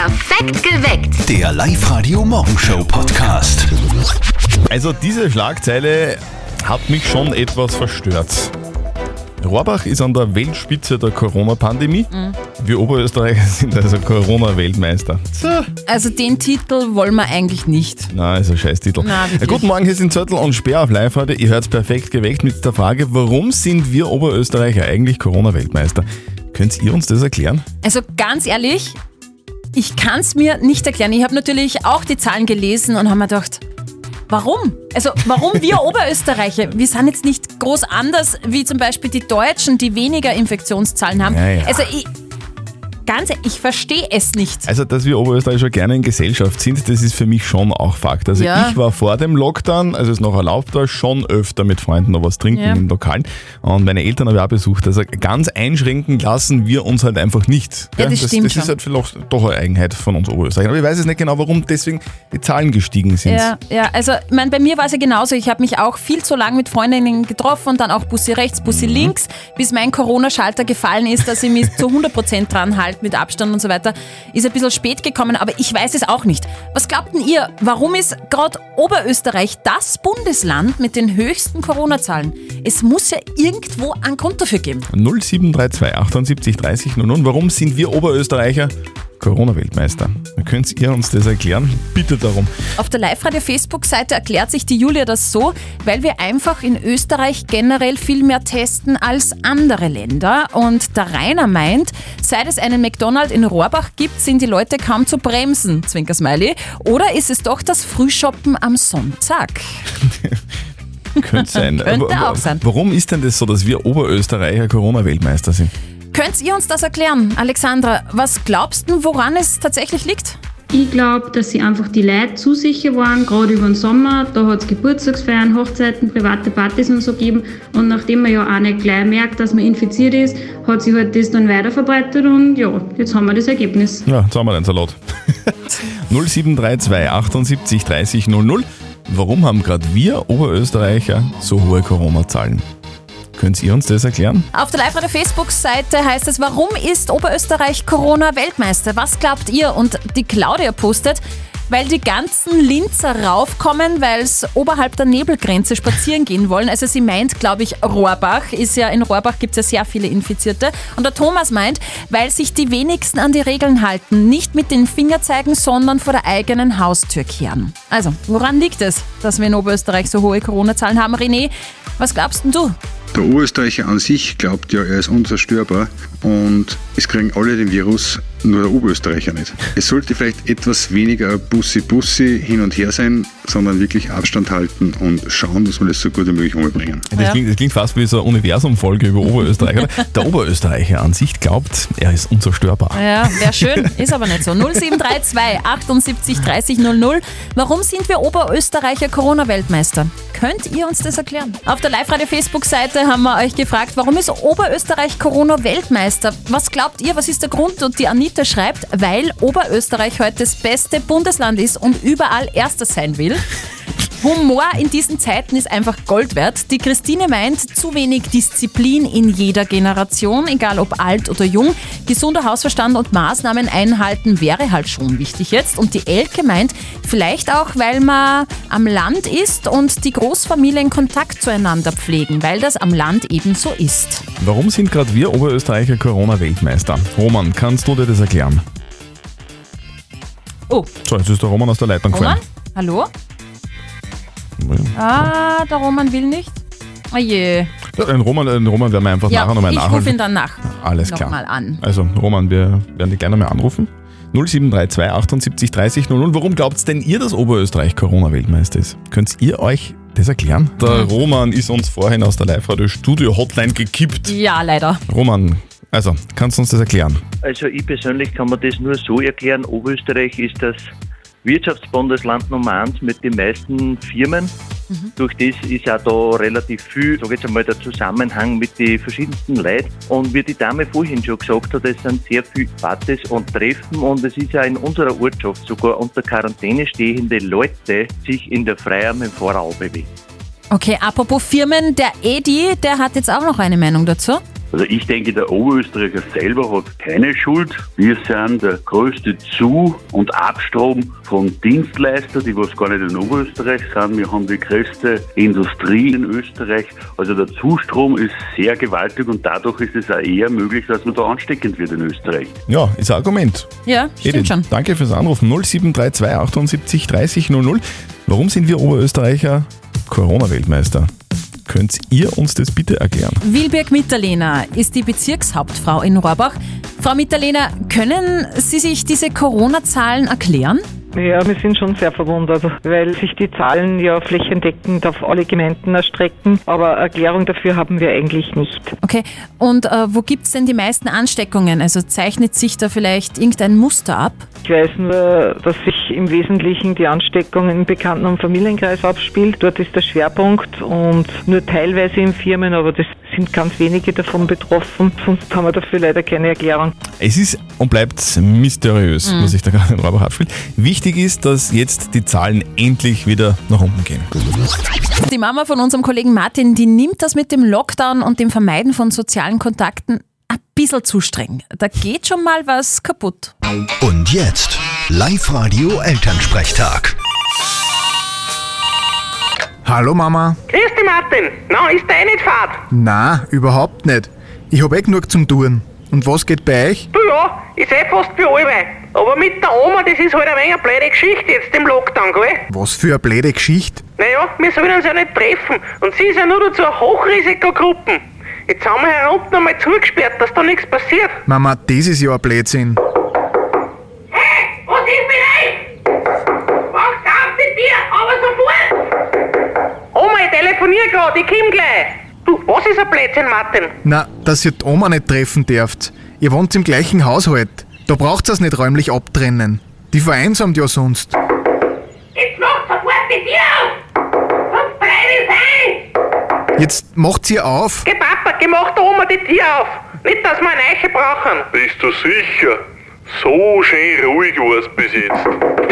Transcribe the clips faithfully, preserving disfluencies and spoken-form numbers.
Perfekt geweckt. Der Live-Radio-Morgenshow-Podcast. Also diese Schlagzeile hat mich schon etwas verstört. Rohrbach ist an der Weltspitze der Corona-Pandemie. Mhm. Wir Oberösterreicher sind also Corona-Weltmeister. So. Also den Titel wollen wir eigentlich nicht. Nein, ist ein Scheiß-Titel. Na, ja, guten Morgen, hier sind Zöttl und Speer auf Live heute. Ihr hört perfekt geweckt mit der Frage, warum sind wir Oberösterreicher eigentlich Corona-Weltmeister? Könnt ihr uns das erklären? Also ganz ehrlich, ich kann es mir nicht erklären. Ich habe natürlich auch die Zahlen gelesen und habe mir gedacht, warum? Also warum wir Oberösterreicher? Wir sind jetzt nicht groß anders wie zum Beispiel die Deutschen, die weniger Infektionszahlen haben. Ja, ja. Also ich, ganz ehrlich, ich verstehe es nicht. Also, dass wir Oberösterreicher gerne in Gesellschaft sind, das ist für mich schon auch Fakt. Also Ja. ich war vor dem Lockdown, als es noch erlaubt war, schon öfter mit Freunden noch was trinken Ja. im Lokalen. Und meine Eltern habe ich auch besucht. Also ganz einschränken lassen wir uns halt einfach nicht. Ja, das stimmt Das schon. ist halt vielleicht doch eine Eigenheit von uns Oberösterreichern. Aber ich weiß es nicht genau, warum deswegen die Zahlen gestiegen sind. Ja, ja, also ich mein, bei mir war es ja genauso. Ich habe mich auch viel zu lang mit Freundinnen getroffen und dann auch Bussi rechts, Bussi Mhm. links, bis mein Corona-Schalter gefallen ist, dass ich mich zu hundert Prozent dran halte mit Abstand und so weiter. Ist ein bisschen spät gekommen, aber ich weiß es auch nicht. Was glaubt denn ihr, warum ist gerade Oberösterreich das Bundesland mit den höchsten Corona-Zahlen? Es muss ja irgendwo einen Grund dafür geben. null sieben drei zwei achtundsiebzig dreißig null null. Warum sind wir Oberösterreicher Corona-Weltmeister? Könnt ihr uns das erklären? Bitte darum. Auf der Live-Radio-Facebook-Seite erklärt sich die Julia das so, weil wir einfach in Österreich generell viel mehr testen als andere Länder. Und der Rainer meint, seit es einen McDonald's in Rohrbach gibt, sind die Leute kaum zu bremsen, Zwinker-Smiley. Oder ist es doch das Frühshoppen am Sonntag? Könnte sein. Könnte Aber- auch sein. Warum ist denn das so, dass wir Oberösterreicher Corona-Weltmeister sind? Könnt ihr uns das erklären? Alexandra, was glaubst du, woran es tatsächlich liegt? Ich glaube, dass sie einfach die Leute zu sicher waren, gerade über den Sommer. Da hat es Geburtstagsfeiern, Hochzeiten, private Partys und so gegeben. Und nachdem man ja auch nicht gleich merkt, dass man infiziert ist, hat sich halt das dann weiter verbreitet und ja, jetzt haben wir das Ergebnis. Ja, jetzt haben wir den Salat. null sieben drei zwei achtundsiebzig dreißig null null. Warum haben gerade wir Oberösterreicher so hohe Corona-Zahlen? Könnt ihr uns das erklären? Auf der Live-Radio-Facebook-Seite heißt es, warum ist Oberösterreich Corona-Weltmeister? Was glaubt ihr? Und die Claudia postet, weil die ganzen Linzer raufkommen, weil es oberhalb der Nebelgrenze spazieren gehen wollen. Also sie meint, glaube ich, Rohrbach. Ist ja, in Rohrbach gibt es ja sehr viele Infizierte. Und der Thomas meint, weil sich die wenigsten an die Regeln halten. Nicht mit den Finger zeigen, sondern vor der eigenen Haustür kehren. Also, woran liegt es, dass wir in Oberösterreich so hohe Corona-Zahlen haben? René, was glaubst denn du? Der Oberösterreicher an sich glaubt ja, er ist unzerstörbar und es kriegen alle den Virus, nur der Oberösterreicher nicht. Es sollte vielleicht etwas weniger Bussi-Bussi hin und her sein, sondern wirklich Abstand halten und schauen, dass wir das so gut wie möglich umbringen. Das, Ja. klingt, das klingt fast wie so eine Universum-Folge über Oberösterreich. Oder? Der Oberösterreicher an sich glaubt, er ist unzerstörbar. Ja, wäre schön, ist aber nicht so. null sieben drei zwei achtundsiebzig dreißig null null. Warum sind wir Oberösterreicher Corona-Weltmeister? Könnt ihr uns das erklären? Auf der Live-Radio-Facebook-Seite haben wir euch gefragt, warum ist Oberösterreich Corona-Weltmeister? Was glaubt ihr, was ist der Grund? Und die Anita schreibt, weil Oberösterreich heute das beste Bundesland ist und überall Erster sein will. Humor in diesen Zeiten ist einfach Gold wert. Die Christine meint, zu wenig Disziplin in jeder Generation, egal ob alt oder jung. Gesunder Hausverstand und Maßnahmen einhalten wäre halt schon wichtig jetzt. Und die Elke meint, vielleicht auch, weil man am Land ist und die Großfamilien Kontakt zueinander pflegen, weil das am Land eben so ist. Warum sind gerade wir Oberösterreicher Corona-Weltmeister? Roman, kannst du dir das erklären? Oh, So, jetzt ist der Roman aus der Leitung Roman? gefallen. Hallo? Ah, der Roman will nicht. Oh je. Ja, den Roman, den Roman werden wir einfach Ja, nachher nochmal ich rufe nachholen. ihn dann nach. Alles klar. Nochmal an. Also, Roman, wir werden dich gleich nochmal anrufen. null sieben drei zwei achtundsiebzig dreißig null null. Warum glaubt denn ihr, dass Oberösterreich Corona-Weltmeister ist? Könnt ihr euch das erklären? Der Roman ist uns vorhin aus der Live-Radio-Studio-Hotline gekippt. Ja, leider. Roman, also, kannst du uns das erklären? Also ich persönlich kann mir das nur so erklären, Oberösterreich ist das Wirtschaftsbundesland Nummer eins mit den meisten Firmen. Mhm. Durch das ist auch da relativ viel, sage jetzt einmal, der Zusammenhang mit den verschiedensten Leuten. Und wie die Dame vorhin schon gesagt hat, es sind sehr viele Partys und Treffen und es ist ja in unserer Ortschaft sogar unter Quarantäne stehende Leute sich in der Freiraum im Vorarlberg bewegen. Okay, apropos Firmen, der Edi, der hat jetzt auch noch eine Meinung dazu. Also ich denke, der Oberösterreicher selber hat keine Schuld. Wir sind der größte Zu- und Abstrom von Dienstleistern, die was gar nicht in Oberösterreich sind. Wir haben die größte Industrie in Österreich. Also der Zustrom ist sehr gewaltig und dadurch ist es auch eher möglich, dass man da ansteckend wird in Österreich. Ja, ist ein Argument. Ja, stimmt Edith, schon. danke fürs Anrufen. null sieben drei zwei achtundsiebzig dreißig null null. Warum sind wir Oberösterreicher Corona-Weltmeister? Könnt ihr uns das bitte erklären? Wilberg Mitterlehner ist die Bezirkshauptfrau in Rohrbach. Frau Mitterlehner, können Sie sich diese Corona-Zahlen erklären? Ja, wir sind schon sehr verwundert, weil sich die Zahlen ja flächendeckend auf alle Gemeinden erstrecken, aber Erklärung dafür haben wir eigentlich nicht. Okay, und äh, wo gibt es denn die meisten Ansteckungen? Also zeichnet sich da vielleicht irgendein Muster ab? Ich weiß nur, dass sich im Wesentlichen die Ansteckung im Bekannten- und Familienkreis abspielt. Dort ist der Schwerpunkt und nur teilweise in Firmen, aber das sind ganz wenige davon betroffen. Sonst haben wir dafür leider keine Erklärung. Es ist und bleibt mysteriös, Mhm. was sich da gerade in Rohrbach abspielt. Wichtig ist, dass jetzt die Zahlen endlich wieder nach unten gehen. Die Mama von unserem Kollegen Martin, die nimmt das mit dem Lockdown und dem Vermeiden von sozialen Kontakten ein bisschen zu streng. Da geht schon mal was kaputt. Und jetzt Live-Radio Elternsprechtag. Hallo Mama. Grüß dich, Martin. Na, ist der eh nicht fad? Na, überhaupt nicht. Ich hab eh genug zum Tun. Und was geht bei euch? Du ja, ist eh fast wie allweil. Aber mit der Oma, das ist halt ein wenig eine blöde Geschichte jetzt im Lockdown, gell? Was für eine blöde Geschichte. Naja, wir sollen uns ja nicht treffen. Und sie ist ja nur dazu eine Hochrisikogruppe. Jetzt haben wir hier unten einmal zugesperrt, dass da nichts passiert. Mama, das ist ja ein Blödsinn. Hey, was ist mit euch? Macht auf die Tür, aber sofort! Oma, ich telefoniere gerade, ich komm gleich. Du, was ist ein Blödsinn, Martin? Na, dass ihr die Oma nicht treffen dürft. Ihr wohnt im gleichen Haushalt. Da braucht ihr es nicht räumlich abtrennen. Die vereinsamt ja sonst. Jetzt macht sofort die Tür auf! Sonst breit ich ein! Jetzt macht sie auf. Geh Papa, geh mach der Oma die Tür auf. Nicht, dass wir eine Eiche brauchen. Bist du sicher? So schön ruhig war's bis jetzt.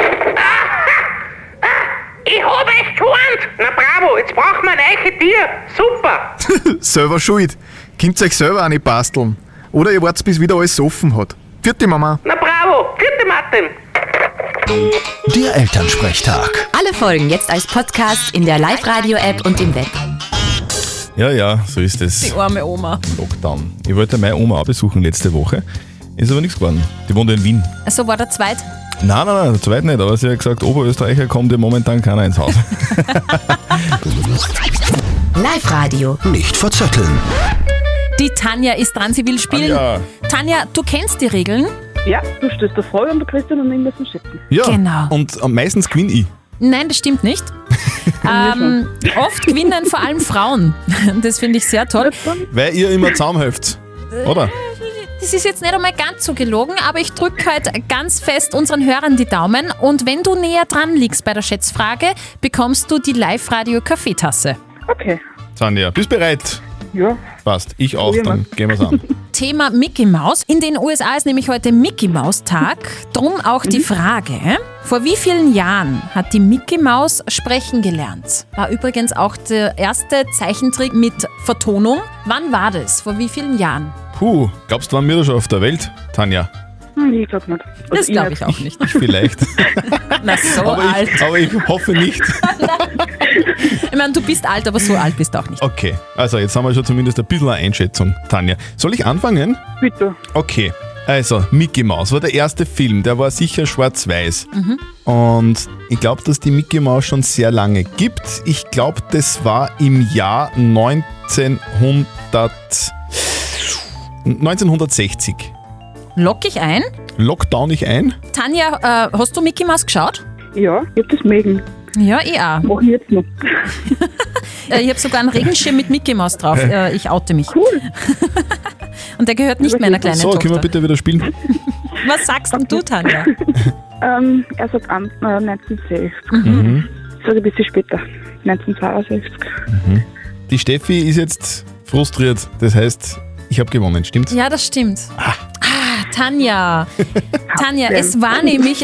Ich hab euch gewarnt! Na bravo, jetzt brauchen wir eine Eiche Tür. Super! Selber schuld. Könnt euch selber auch nicht basteln. Oder ihr wartet, bis wieder alles offen hat. Vierte Mama. Na bravo, vierte Martin. Der Elternsprechtag. Alle Folgen jetzt als Podcast in der Live-Radio-App und im Web. Ja, ja, so ist es. Die arme Oma. Lockdown. Ich wollte meine Oma auch besuchen letzte Woche. Ist aber nichts geworden. Die wohnt in Wien. Also war der Zweit? Nein, nein, nein, der Zweit nicht. Aber sie hat gesagt, Oberösterreicher kommt ja momentan keiner ins Haus. Live-Radio. Nicht verzetteln. Die Tanja ist dran, sie will spielen. Tanja. Tanja, du kennst die Regeln? Ja, du stößt auf Frage und der Christian und ich müssen schätzen. Ja, Genau. und am meistens gewinne ich. Nein, das stimmt nicht. ähm, oft gewinnen vor allem Frauen. Das finde ich sehr toll. Weil ihr immer zusammenhelft, oder? Das ist jetzt nicht einmal ganz so gelogen, aber ich drücke heute ganz fest unseren Hörern die Daumen. Und wenn du näher dran liegst bei der Schätzfrage, bekommst du die Live-Radio-Kaffeetasse. Okay. Tanja, bist bereit? Ja. Passt, ich auch, Probieren dann gehen wir's an. Thema Mickey Mouse. In den U S A ist nämlich heute Mickey Mouse Tag. Drum auch die Frage, vor wie vielen Jahren hat die Mickey Mouse sprechen gelernt? War übrigens auch der erste Zeichentrick mit Vertonung. Wann war das? Vor wie vielen Jahren? Puh, glaubst du, waren wir da schon auf der Welt, Tanja? Hm, ich glaub nicht. Also Das glaube ich auch nicht. Vielleicht. Na, so aber, alt. ich, aber ich hoffe nicht. Ich meine, du bist alt, aber so alt bist du auch nicht. Okay, also jetzt haben wir schon zumindest ein bisschen eine Einschätzung, Tanja. Soll ich anfangen? Bitte. Okay, also Mickey Mouse war der erste Film, der war sicher schwarz-weiß. Mhm. Und ich glaube, dass die Mickey Mouse schon sehr lange gibt. Ich glaube, das war im Jahr neunzehnhundert, neunzehnhundertsechzig. Lock ich ein? Lockdown ich ein? Tanja, äh, hast du Mickey Mouse geschaut? Ja, ich hab das mögen. Ja, ich auch. Mach ich jetzt noch. Äh, ich habe sogar einen Regenschirm mit Mickey Mouse drauf. Äh, ich oute mich. Cool. Und der gehört nicht meiner kleinen So, Tochter. können wir bitte wieder spielen? Was sagst denn du, Tanja? ähm, er sagt an, äh, neunzehnhundertsechzig. Mhm. Sag ein bisschen später. neunzehnhundertzweiundsechzig. Mhm. Die Steffi ist jetzt frustriert. Das heißt, ich habe gewonnen, stimmt's? Ja, das stimmt. Ah, Tanja. Tanja, es war nämlich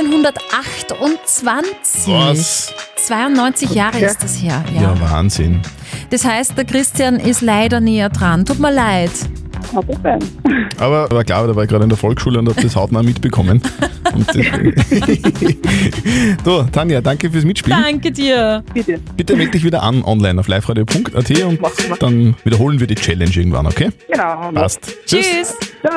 neunzehnhundertachtundzwanzig. Was? zweiundneunzig Jahre ist das her. Ja. Ja, Wahnsinn. Das heißt, der Christian ist leider näher dran. Tut mir leid. Kein Problem. Aber war klar, da war ich gerade in der Volksschule und habe das hautnah mitbekommen. Und deswegen. So, Tanja, danke fürs Mitspielen. Danke dir. Bitte. Bitte melde dich wieder an online auf liveradio punkt at und dann wiederholen wir die Challenge irgendwann, okay? Genau. Passt. Tschüss.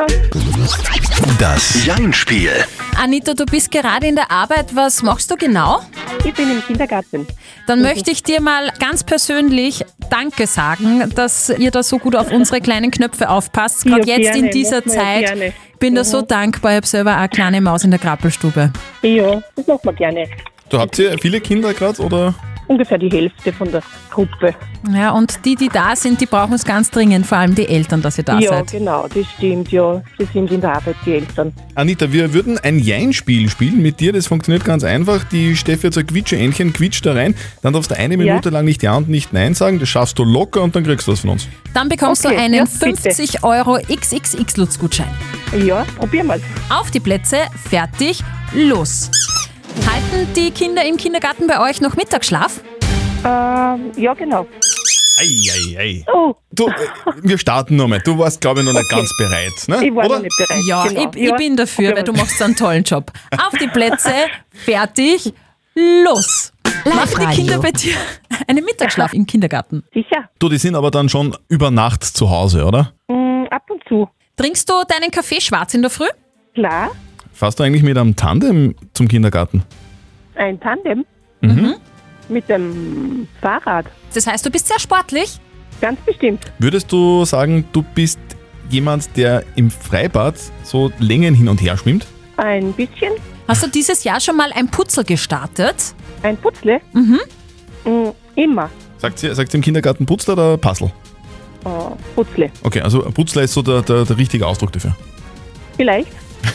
Das Jein-Spiel. Anita, du bist gerade in der Arbeit. Was machst du genau? Ich bin im Kindergarten. Dann möchte ich dir mal ganz persönlich Danke sagen, dass ihr da so gut auf unsere kleinen Knöpfe aufpasst. Gerade Ja, jetzt gerne, in dieser machen wir Zeit. gerne. Bin da Mhm. so dankbar. Ich habe selber auch eine kleine Maus in der Krabbelstube. Ja, das machen wir gerne. Du habt ihr viele Kinder gerade, oder? Ungefähr die Hälfte von der Gruppe. Ja, und die, die da sind, die brauchen es ganz dringend, vor allem die Eltern, dass ihr da ja, seid. genau, das stimmt, ja. Sie sind in der Arbeit, die Eltern. Anita, wir würden ein Jein-Spiel spielen mit dir. Das funktioniert ganz einfach. Die Steffi hat so ein Quietsche-Entchen, quietscht da rein. Dann darfst du eine Minute Ja. lang nicht Ja und nicht Nein sagen. Das schaffst du locker und dann kriegst du was von uns. Dann bekommst Okay, du einen ja, bitte. fünfzig Euro X X X-Lutz-Gutschein. Ja, probieren wir. Auf die Plätze, fertig, los. Halten die Kinder im Kindergarten bei euch noch Mittagsschlaf? Ähm, ja, genau. Ei, ei, ei. Oh, Du, äh, wir starten nochmal. Du warst, glaube ich, noch nicht Okay. ganz bereit. Ne? ich war Oder? noch nicht bereit. Ja, genau. ich, ich bin dafür, weil du machst einen tollen Job. Auf die Plätze, fertig, los. Machen die Kinder bei dir einen Mittagsschlaf im Kindergarten? Sicher. Du, die sind aber dann schon über Nacht zu Hause, oder? Mm, ab und zu. Trinkst du deinen Kaffee schwarz in der Früh? Klar. Fährst du eigentlich mit einem Tandem zum Kindergarten? Ein Tandem Mhm. mit dem Fahrrad. Das heißt, du bist sehr sportlich? Ganz bestimmt. Würdest du sagen, du bist jemand, der im Freibad so Längen hin und her schwimmt? Ein bisschen. Hast du dieses Jahr schon mal ein Putzel gestartet? Ein Putzle. Mhm. Mm, immer. Sagt sie, sagt sie im Kindergarten Putzler oder Puzzle? Äh, Putzle. Okay, also Putzler ist so der, der, der richtige Ausdruck dafür. Vielleicht.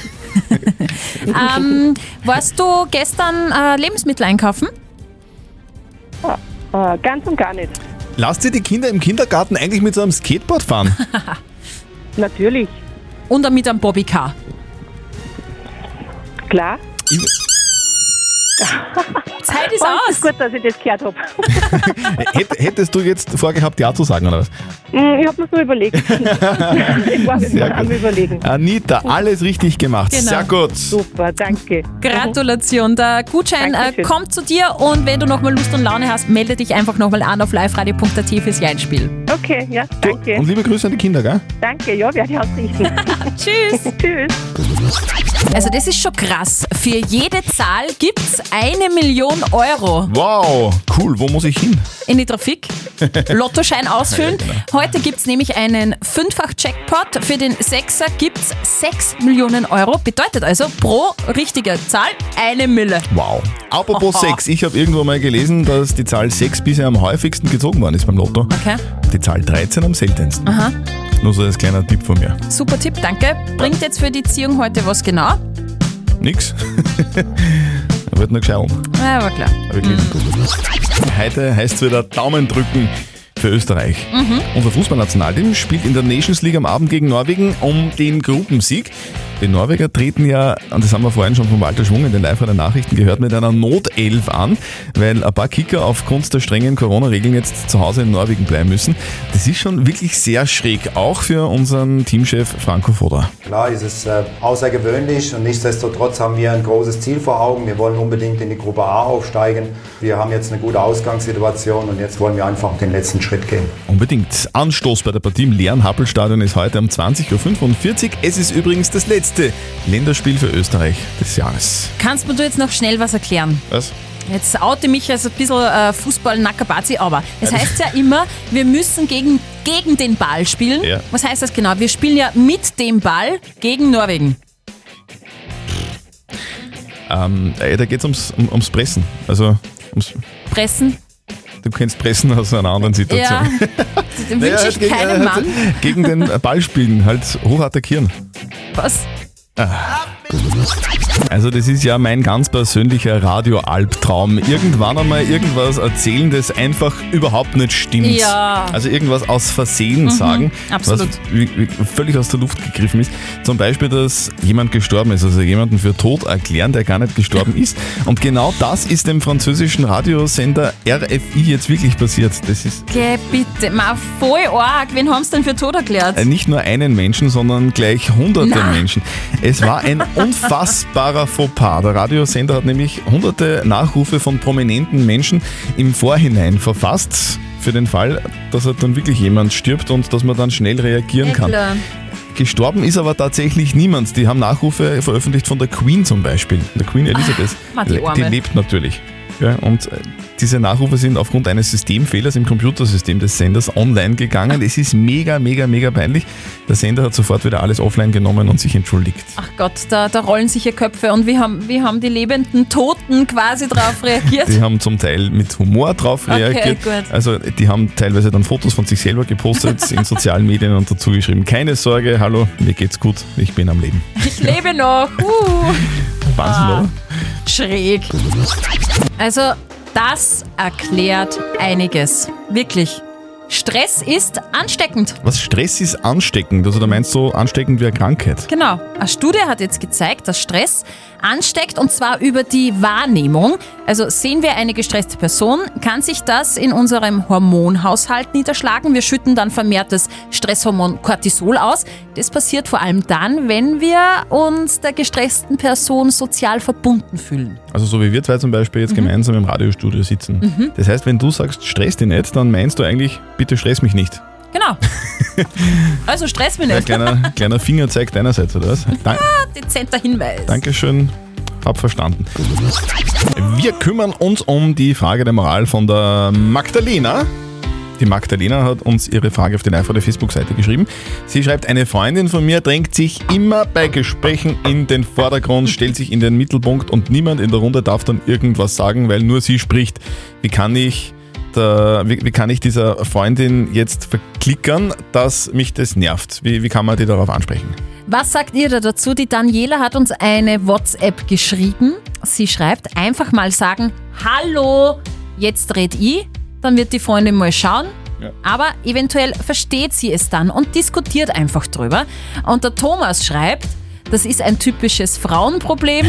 ähm, warst du gestern äh, Lebensmittel einkaufen? Äh, ganz und gar nicht. Lasst ihr die Kinder im Kindergarten eigentlich mit so einem Skateboard fahren? Natürlich. Und dann mit einem Bobbycar? Klar. Ich, Zeit ist Oh, aus. ist gut, dass ich das gehört habe. hätt, hättest du jetzt vorgehabt, Ja zu sagen, oder was? Mm, ich habe mir so überlegt. ich war Sehr mir am gut. Überlegen. Anita, alles richtig gemacht. Genau. Sehr gut. Super, danke. Gratulation, der Gutschein äh, Dankeschön. kommt zu dir und wenn du nochmal Lust und Laune hast, melde dich einfach nochmal an auf liveradio punkt at fürs Jeinspiel. Okay, ja, danke. Und liebe Grüße an die Kinder, gell? Danke, ja, werde ich ausrichten. Tschüss. Tschüss. Also das ist schon krass. Für jede Zahl gibt's eine Million Euro. Wow, cool. Wo muss ich hin? In die Trafik, Lottoschein ausfüllen. Ja, genau. Heute gibt's nämlich einen Fünffach-Jackpot. Für den Sechser gibt's sechs Millionen Euro. Bedeutet also pro richtige Zahl eine Mille. Wow. Apropos Aha. sechs, ich habe irgendwo mal gelesen, dass die Zahl sechs bisher am häufigsten gezogen worden ist beim Lotto. Okay. Die Zahl dreizehn am seltensten. Aha. Nur so als kleiner Tipp von mir. Super Tipp, danke. Bringt jetzt für die Ziehung heute was genau? Nix. Er wird nur gescheit. Ja, war klar. Hab ich gelesen. Heute heißt es wieder Daumen drücken für Österreich. Mhm. Unser Fußballnationalteam spielt in der Nations League am Abend gegen Norwegen um den Gruppensieg. Die Norweger treten ja, und das haben wir vorhin schon von Walter Schwung in den Live-Radio-Nachrichten gehört, mit einer Notelf an, weil ein paar Kicker aufgrund der strengen Corona-Regeln jetzt zu Hause in Norwegen bleiben müssen. Das ist schon wirklich sehr schräg, auch für unseren Teamchef Franco Foda. Klar ist es äh, außergewöhnlich und nichtsdestotrotz haben wir ein großes Ziel vor Augen. Wir wollen unbedingt in die Gruppe A aufsteigen. Wir haben jetzt eine gute Ausgangssituation und jetzt wollen wir einfach den letzten Schritt gehen. Unbedingt. Anstoß bei der Partie im leeren Happelstadion ist heute um zwanzig Uhr fünfundvierzig. Es ist übrigens das letzte Länderspiel für Österreich des Jahres. Kannst mir du jetzt noch schnell was erklären? Was? Jetzt oute mich als ein bisschen äh, Fußball-Nackerbazi, aber es heißt ja immer, wir müssen gegen, gegen den Ball spielen. Ja. Was heißt das genau? Wir spielen ja mit dem Ball gegen Norwegen. Ähm, äh, da geht es ums, um, ums Pressen. Also ums, Pressen. du kennst Pressen aus einer anderen Situation. Ja, da wünsche Naja, ich gegen, keinem äh, Mann. Gegen den Ball spielen, halt hoch attackieren. Was? Ah. Also das ist ja mein ganz persönlicher Radio-Albtraum. Irgendwann einmal irgendwas erzählen, das einfach überhaupt nicht stimmt. Ja. Also irgendwas aus Versehen Mhm, sagen, absolut. was wie, wie völlig aus der Luft gegriffen ist. Zum Beispiel, dass jemand gestorben ist, also jemanden für tot erklären, der gar nicht gestorben ist. Und genau das ist dem französischen Radiosender R F I jetzt wirklich passiert. Das ist Geh bitte, mal voll arg. Wen haben sie denn für tot erklärt? äh, nicht nur einen Menschen, sondern gleich hunderte Na. Menschen. Es war ein unfassbarer Fauxpas. Der Radiosender hat nämlich hunderte Nachrufe von prominenten Menschen im Vorhinein verfasst, für den Fall, dass halt dann wirklich jemand stirbt und dass man dann schnell reagieren Ja, kann. klar. Gestorben ist aber tatsächlich niemand. Die haben Nachrufe veröffentlicht von der Queen zum Beispiel. Der Queen Elizabeth. Ah, die die Arme. lebt natürlich. Ja, und äh, diese Nachrufe sind aufgrund eines Systemfehlers im Computersystem des Senders online gegangen. Es ist mega, mega, mega peinlich. Der Sender hat sofort wieder alles offline genommen und sich entschuldigt. Ach Gott, da, da rollen sich ja Köpfe. Und wie haben, wie haben die lebenden Toten quasi darauf reagiert? Die haben zum Teil mit Humor drauf Okay, reagiert. gut. Also die haben teilweise dann Fotos von sich selber gepostet in sozialen Medien und dazu geschrieben, keine Sorge, hallo, mir geht's gut, ich bin am Leben. Ich lebe noch. Uh. Wahnsinn, Ah. oder? Schräg. Also, das erklärt einiges. Wirklich. Stress ist ansteckend. Was Stress ist ansteckend, also da meinst du ansteckend wie eine Krankheit. Genau. Eine Studie hat jetzt gezeigt, dass Stress ansteckt und zwar über die Wahrnehmung. Also sehen wir eine gestresste Person, kann sich das in unserem Hormonhaushalt niederschlagen. Wir schütten dann vermehrt das Stresshormon Cortisol aus. Das passiert vor allem dann, wenn wir uns der gestressten Person sozial verbunden fühlen. Also so wie wir zwei zum Beispiel jetzt gemeinsam im Radiostudio sitzen. Mhm. Das heißt, wenn du sagst, stress dich nicht, dann meinst du eigentlich, bitte stress mich nicht. Genau. Also stress mich Ein nicht. kleiner, kleiner Fingerzeig deinerseits, oder was? Dank, Ja, dezenter Hinweis. Dankeschön, hab verstanden. Wir kümmern uns um die Frage der Moral von der Magdalena. Die Magdalena hat uns ihre Frage auf die Live-Radio-Facebook-Seite geschrieben. Sie schreibt, eine Freundin von mir drängt sich immer bei Gesprächen in den Vordergrund, stellt sich in den Mittelpunkt und niemand in der Runde darf dann irgendwas sagen, weil nur sie spricht. Wie kann ich, der, wie, wie kann ich dieser Freundin jetzt verklickern, dass mich das nervt? Wie, wie kann man die darauf ansprechen? Was sagt ihr da dazu? Die Daniela hat uns eine WhatsApp geschrieben. Sie schreibt, einfach mal sagen, hallo, jetzt red ich. Dann wird die Freundin mal schauen. Ja. Aber eventuell versteht sie es dann und diskutiert einfach drüber. Und der Thomas schreibt, das ist ein typisches Frauenproblem.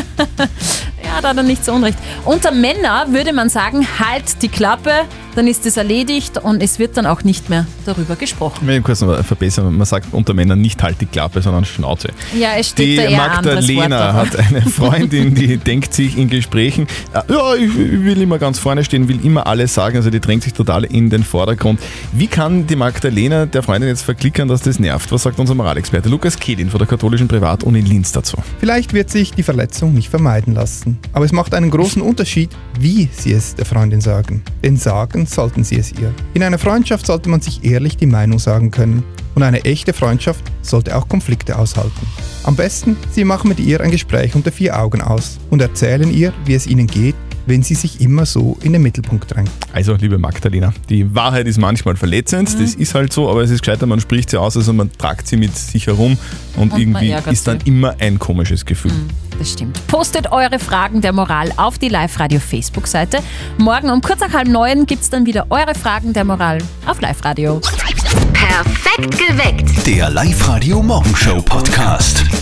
Ja, da hat er nicht so unrecht. Unter Männer würde man sagen, halt die Klappe, dann ist es erledigt und es wird dann auch nicht mehr darüber gesprochen. Ich will kurz noch verbessern, man sagt unter Männern nicht halt die Klappe, sondern Schnauze. Ja, es steht Die da eher ein anderes Wort Magdalena drauf. hat eine Freundin, die denkt sich in Gesprächen, ja, ich will immer ganz vorne stehen, will immer alles sagen, also die drängt sich total in den Vordergrund. Wie kann die Magdalena der Freundin jetzt verklickern, dass das nervt? Was sagt unser Moralexperte Lukas Kehlin von der katholischen Privatuni Linz dazu? Vielleicht wird sich die Verletzung nicht vermeiden lassen, aber es macht einen großen Unterschied, wie sie es der Freundin sagen. Denn sagen sollten sie es ihr. In einer Freundschaft sollte man sich ehrlich die Meinung sagen können. Und eine echte Freundschaft sollte auch Konflikte aushalten. Am besten, Sie machen mit ihr ein Gespräch unter vier Augen aus und erzählen ihr, wie es ihnen geht, wenn sie sich immer so in den Mittelpunkt drängt. Also, liebe Magdalena, die Wahrheit ist manchmal verletzend, Mhm. das ist halt so, aber es ist gescheiter, man spricht sie aus, also man tragt sie mit sich herum und, Und man irgendwie ärgert ist dann sie. immer ein komisches Gefühl. Das stimmt. Postet eure Fragen der Moral auf die Live-Radio-Facebook-Seite. Morgen um kurz nach halb neun gibt es dann wieder eure Fragen der Moral auf Live-Radio. Perfekt geweckt. Der Live-Radio Morgenshow Podcast.